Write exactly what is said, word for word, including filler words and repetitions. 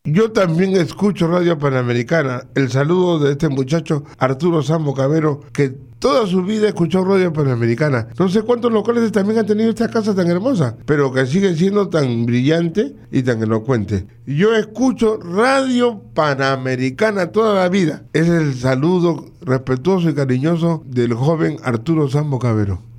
Yo también escucho Radio Panamericana. El saludo de este muchacho Arturo Sambo Cabero, que toda su vida escuchó Radio Panamericana. No sé cuántos locales también han tenido esta casa tan hermosa, pero que sigue siendo tan brillante y tan elocuente. Yo escucho Radio Panamericana toda la vida. Es el saludo respetuoso y cariñoso del joven Arturo Sambo Cabero.